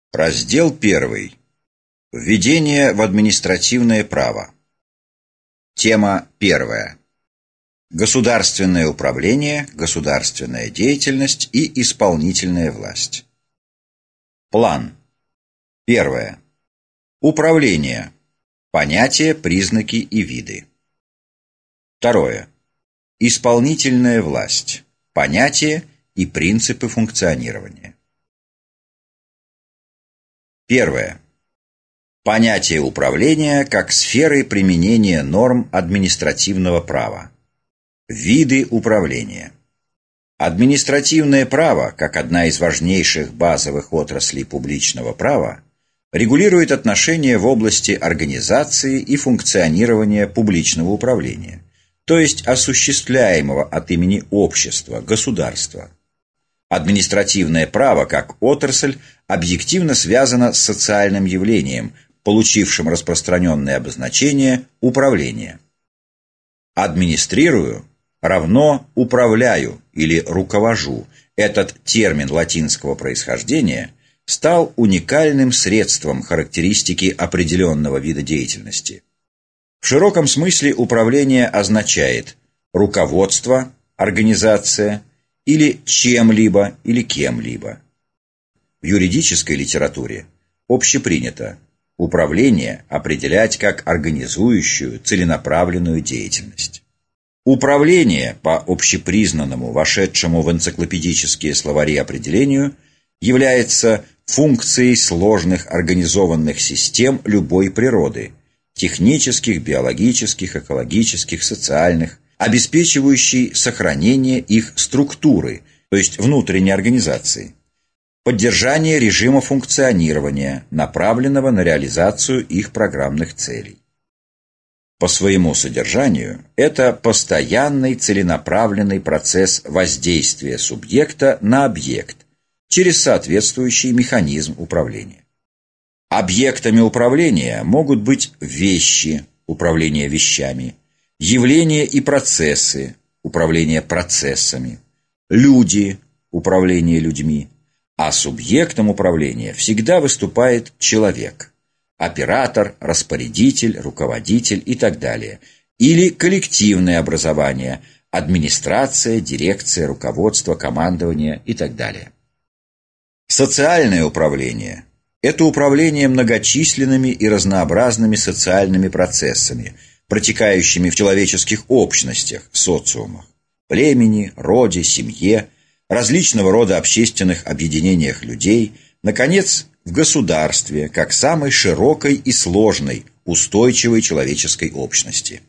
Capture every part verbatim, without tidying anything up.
Раздел первый. Введение в административное право. Тема первая. Государственное управление, государственная деятельность и исполнительная власть. План. Первое. Управление. Понятия, признаки и виды. Второе. Исполнительная власть. Понятия и принципы функционирования. Первое. Понятие управления как сферы применения норм административного права. Виды управления. Административное право, как одна из важнейших базовых отраслей публичного права, регулирует отношения в области организации и функционирования публичного управления, то есть осуществляемого от имени общества, государства. Административное право, как отрасль, объективно связано с социальным явлением, получившим распространенное обозначение управления. «Администрирую» равно «управляю» или «руковожу». Этот термин латинского происхождения стал уникальным средством характеристики определенного вида деятельности. В широком смысле управление означает руководство, организация или чем-либо или кем-либо. В юридической литературе общепринято управление определять как организующую, целенаправленную деятельность. Управление, по общепризнанному, вошедшему в энциклопедические словари определению, является функцией сложных организованных систем любой природы, технических, биологических, экологических, социальных, обеспечивающей сохранение их структуры, то есть внутренней организации, поддержание режима функционирования, направленного на реализацию их программных целей. По своему содержанию это постоянный целенаправленный процесс воздействия субъекта на объект через соответствующий механизм управления. Объектами управления могут быть вещи, управление вещами, явления и процессы, управление процессами, люди, управление людьми, а субъектом управления всегда выступает человек, оператор, распорядитель, руководитель и так далее, или коллективное образование, администрация, дирекция, руководство, командование и так далее. Социальное управление – это управление многочисленными и разнообразными социальными процессами, протекающими в человеческих общностях, социумах, племени, роде, семье, различного рода общественных объединениях людей, наконец, в государстве, как самой широкой и сложной, устойчивой человеческой общности.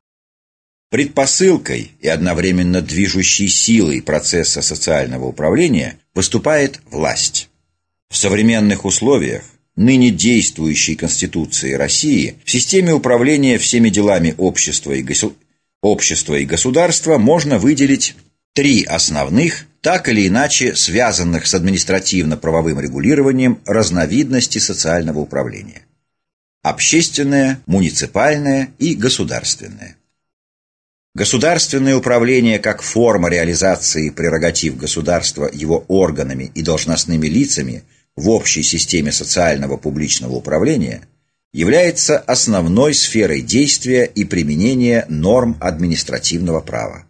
Предпосылкой и одновременно движущей силой процесса социального управления выступает власть. В современных условиях ныне действующей Конституции России в системе управления всеми делами общества и, госу... общества и государства можно выделить три основных, так или иначе связанных с административно-правовым регулированием разновидности социального управления: общественное, муниципальное и государственное. Государственное управление как форма реализации прерогатив государства его органами и должностными лицами в общей системе социального публичного управления является основной сферой действия и применения норм административного права.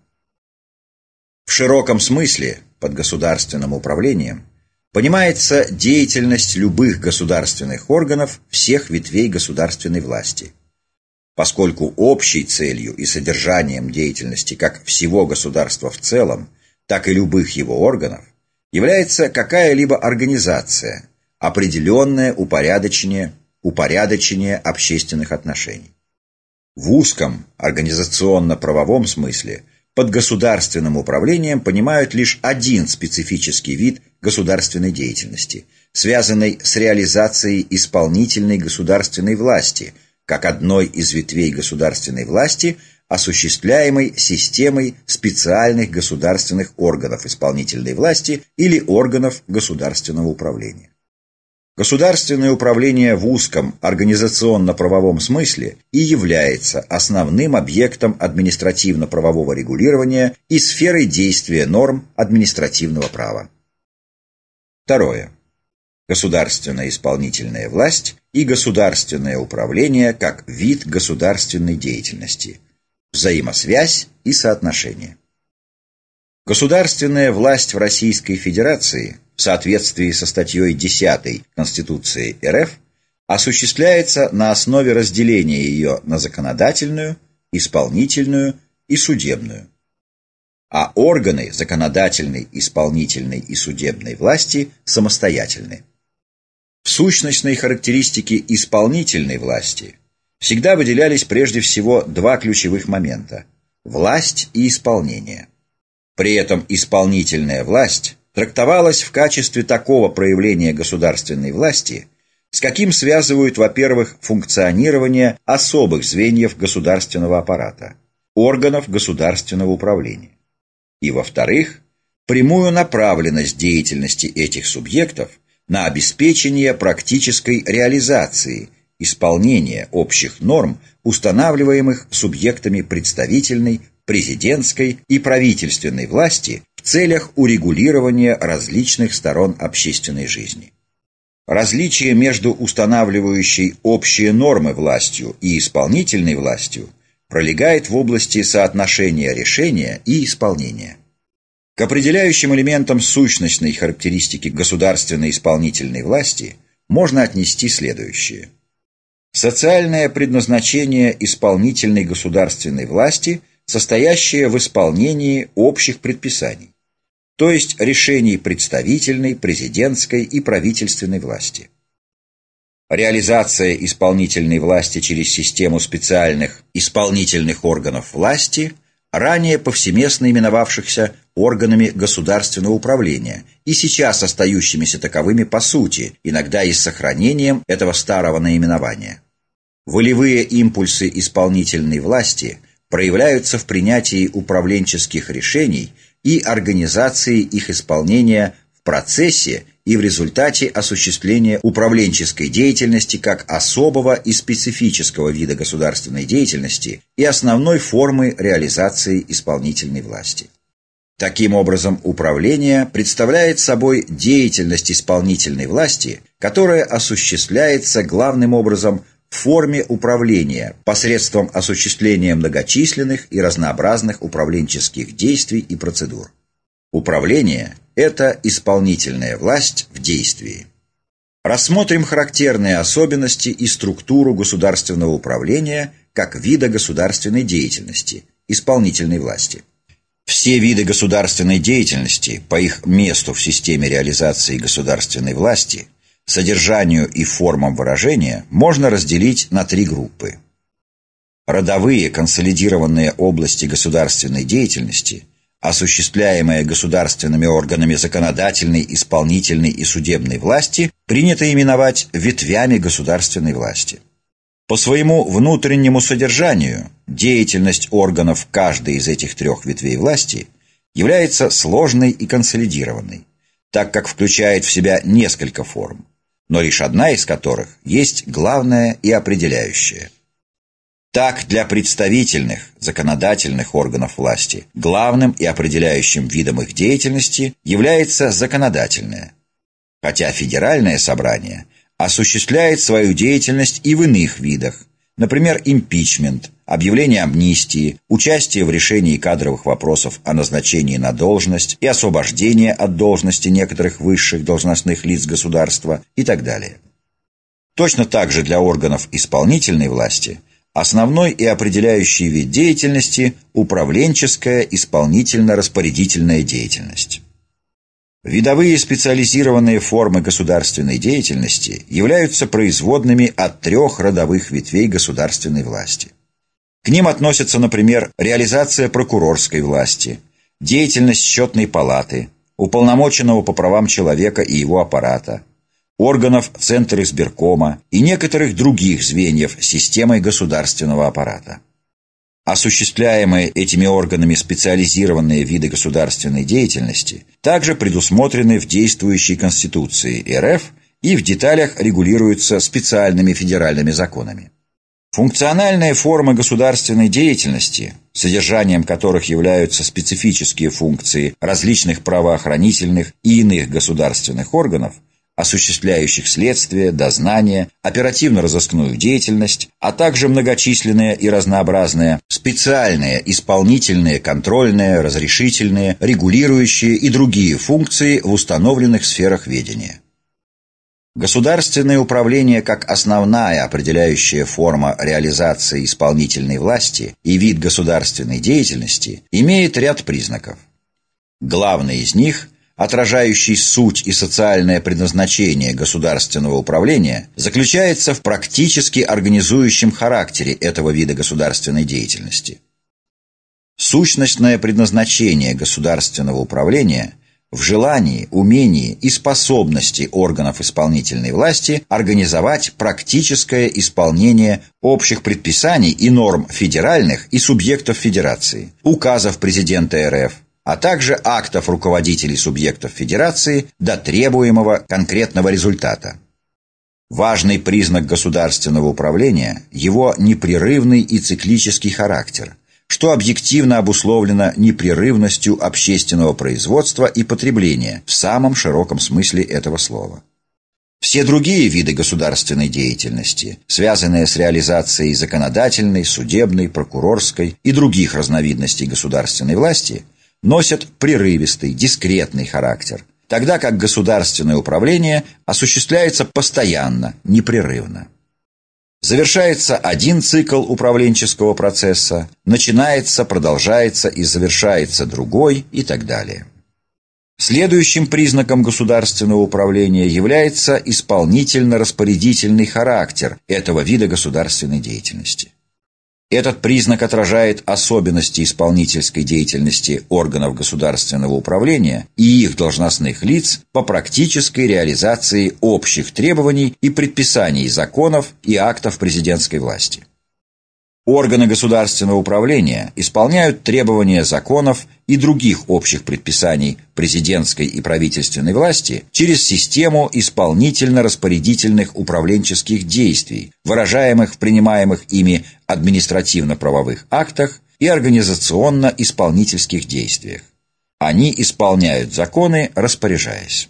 В широком смысле под государственным управлением понимается деятельность любых государственных органов всех ветвей государственной власти, поскольку общей целью и содержанием деятельности как всего государства в целом, так и любых его органов является какая-либо организация, определенное упорядочение, упорядочение общественных отношений. В узком организационно-правовом смысле под государственным управлением понимают лишь один специфический вид государственной деятельности, связанный с реализацией исполнительной государственной власти, как одной из ветвей государственной власти, осуществляемой системой специальных государственных органов исполнительной власти или органов государственного управления. Государственное управление в узком организационно-правовом смысле и является основным объектом административно-правового регулирования и сферой действия норм административного права. Второе. государственная исполнительная власть и государственное управление как вид государственной деятельности, взаимосвязь и соотношение. Государственная власть в Российской Федерации в соответствии со статьей десятой Конституции РФ осуществляется на основе разделения ее на законодательную, исполнительную и судебную. А органы законодательной, исполнительной и судебной власти самостоятельны. В сущностной характеристике исполнительной власти всегда выделялись прежде всего два ключевых момента – власть и исполнение. При этом исполнительная власть трактовалась в качестве такого проявления государственной власти, с каким связывают, во-первых, функционирование особых звеньев государственного аппарата, органов государственного управления, и, во-вторых, прямую направленность деятельности этих субъектов на обеспечение практической реализации, исполнения общих норм, устанавливаемых субъектами представительной, президентской и правительственной власти в целях урегулирования различных сторон общественной жизни. Различие между устанавливающей общие нормы властью и исполнительной властью пролегает в области соотношения решения и исполнения. К определяющим элементам сущностной характеристики государственной исполнительной власти можно отнести следующее. Социальное предназначение исполнительной государственной власти, состоящее в исполнении общих предписаний, то есть решений представительной, президентской и правительственной власти. Реализация исполнительной власти через систему специальных исполнительных органов власти, ранее повсеместно именовавшихся органами государственного управления и сейчас остающимися таковыми по сути, иногда и с сохранением этого старого наименования. Волевые импульсы исполнительной власти проявляются в принятии управленческих решений и организации их исполнения в процессе и в результате осуществления управленческой деятельности как особого и специфического вида государственной деятельности и основной формы реализации исполнительной власти. Таким образом, управление представляет собой деятельность исполнительной власти, которая осуществляется главным образом в форме управления посредством осуществления многочисленных и разнообразных управленческих действий и процедур. Управление – это исполнительная власть в действии. Рассмотрим характерные особенности и структуру государственного управления как вида государственной деятельности, исполнительной власти. Все виды государственной деятельности по их месту в системе реализации государственной власти, содержанию и формам выражения можно разделить на три группы. Родовые консолидированные области государственной деятельности, осуществляемые государственными органами законодательной, исполнительной и судебной власти, принято именовать ветвями государственной власти. По своему внутреннему содержанию деятельность органов каждой из этих трех ветвей власти является сложной и консолидированной, так как включает в себя несколько форм, но лишь одна из которых есть главная и определяющая. Так, для представительных, законодательных органов власти главным и определяющим видом их деятельности является законодательное, хотя федеральное собрание осуществляет свою деятельность и в иных видах, например, импичмент, объявление амнистии, участие в решении кадровых вопросов о назначении на должность и освобождение от должности некоторых высших должностных лиц государства и так далее. Точно так же для органов исполнительной власти основной и определяющий вид деятельности – управленческая исполнительно-распорядительная деятельность. Видовые специализированные формы государственной деятельности являются производными от трех родовых ветвей государственной власти. К ним относятся, например, реализация прокурорской власти, деятельность счетной палаты, уполномоченного по правам человека и его аппарата, органов Центра избиркома и некоторых других звеньев системы государственного аппарата. Осуществляемые этими органами специализированные виды государственной деятельности также предусмотрены в действующей Конституции РФ и в деталях регулируются специальными федеральными законами. Функциональные формы государственной деятельности, содержанием которых являются специфические функции различных правоохранительных и иных государственных органов, осуществляющих следствие, дознание, оперативно-розыскную деятельность, а также многочисленные и разнообразные специальные, исполнительные, контрольные, разрешительные, регулирующие и другие функции в установленных сферах ведения. Государственное управление как основная определяющая форма реализации исполнительной власти и вид государственной деятельности имеет ряд признаков. Главный из них, отражающий суть и социальное предназначение государственного управления, заключается в практически организующем характере этого вида государственной деятельности. Сущностное предназначение государственного управления в желании, умении и способности органов исполнительной власти организовать практическое исполнение общих предписаний и норм федеральных и субъектов федерации, указов президента РФ, а также актов руководителей субъектов федерации до требуемого конкретного результата. Важный признак государственного управления – его непрерывный и циклический характер, что объективно обусловлено непрерывностью общественного производства и потребления в самом широком смысле этого слова. Все другие виды государственной деятельности, связанные с реализацией законодательной, судебной, прокурорской и других разновидностей государственной власти, носят прерывистый, дискретный характер, тогда как государственное управление осуществляется постоянно, непрерывно. Завершается один цикл управленческого процесса, начинается, продолжается и завершается другой и так далее. Следующим признаком государственного управления является исполнительно-распорядительный характер этого вида государственной деятельности. Этот признак отражает особенности исполнительской деятельности органов государственного управления и их должностных лиц по практической реализации общих требований и предписаний законов и актов президентской власти. Органы государственного управления исполняют требования законов и других общих предписаний президентской и правительственной власти через систему исполнительно-распорядительных управленческих действий, выражаемых в принимаемых ими административно-правовых актах и организационно-исполнительских действиях. Они исполняют законы, распоряжаясь.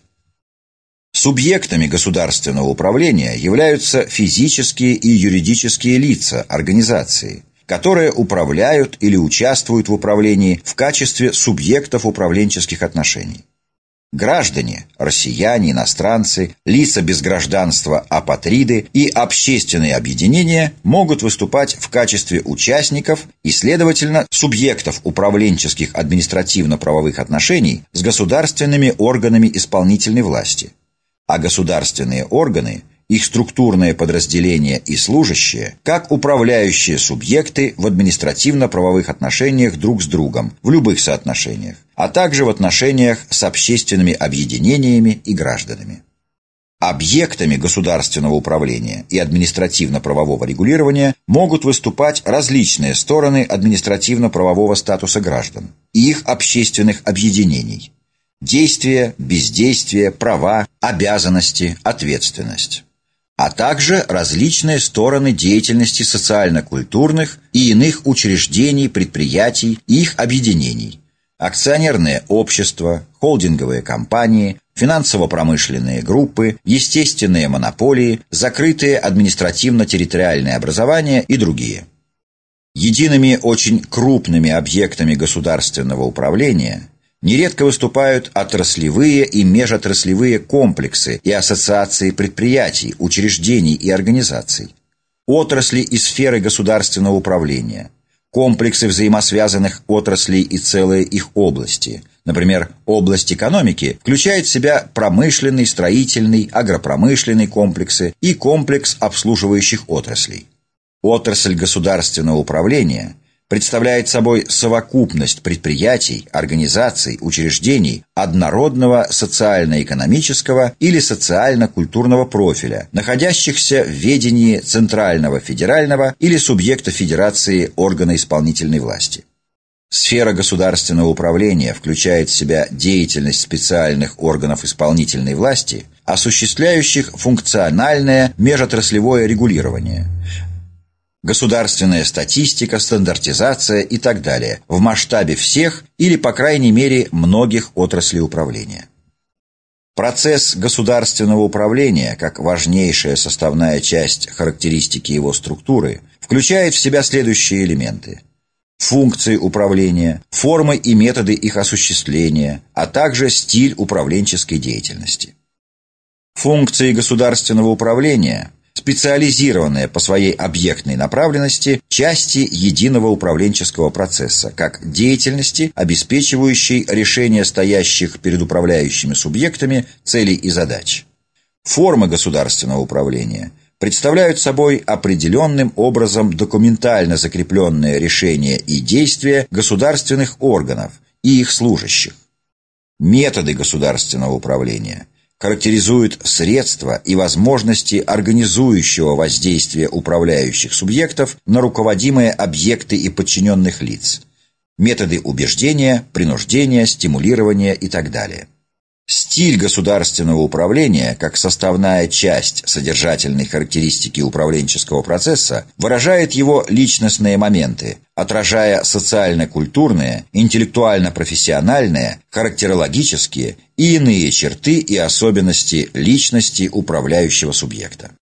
Субъектами государственного управления являются физические и юридические лица, организации, которые управляют или участвуют в управлении в качестве субъектов управленческих отношений. Граждане, россияне, иностранцы, лица без гражданства, апатриды и общественные объединения могут выступать в качестве участников и, следовательно, субъектов управленческих административно-правовых отношений с государственными органами исполнительной власти. А государственные органы, их структурные подразделения и служащие, как управляющие субъекты в административно-правовых отношениях друг с другом, в любых соотношениях, а также в отношениях с общественными объединениями и гражданами. Объектами государственного управления и административно-правового регулирования могут выступать различные стороны административно-правового статуса граждан и их общественных объединений. Действия, бездействие, права, обязанности, ответственность, а также различные стороны деятельности социально-культурных и иных учреждений, предприятий и их объединений, акционерные общества, холдинговые компании, финансово-промышленные группы, естественные монополии, закрытые административно-территориальные образования и другие. Едиными очень крупными объектами государственного управления нередко выступают отраслевые и межотраслевые комплексы и ассоциации предприятий, учреждений и организаций, отрасли и сферы государственного управления, комплексы взаимосвязанных отраслей и целые их области. Например, область экономики включает в себя промышленный, строительный, агропромышленный комплексы и комплекс обслуживающих отраслей. Отрасль государственного управления представляет собой совокупность предприятий, организаций, учреждений однородного социально-экономического или социально-культурного профиля, находящихся в ведении центрального федерального или субъекта федерации органа исполнительной власти. Сфера государственного управления включает в себя деятельность специальных органов исполнительной власти, осуществляющих функциональное межотраслевое регулирование, государственная статистика, стандартизация и так далее в масштабе всех или, по крайней мере, многих отраслей управления. Процесс государственного управления, как важнейшая составная часть характеристики его структуры, включает в себя следующие элементы: функции управления, формы и методы их осуществления, а также стиль управленческой деятельности. Функции государственного управления – специализированные по своей объектной направленности части единого управленческого процесса, как деятельности, обеспечивающей решение стоящих перед управляющими субъектами целей и задач. Формы государственного управления представляют собой определенным образом документально закрепленные решения и действия государственных органов и их служащих. Методы государственного управления характеризуют средства и возможности организующего воздействия управляющих субъектов на руководимые объекты и подчиненных лиц, методы убеждения, принуждения, стимулирования и так далее. Стиль государственного управления, как составная часть содержательной характеристики управленческого процесса, выражает его личностные моменты, отражая социально-культурные, интеллектуально-профессиональные, характерологические и иные черты и особенности личности управляющего субъекта.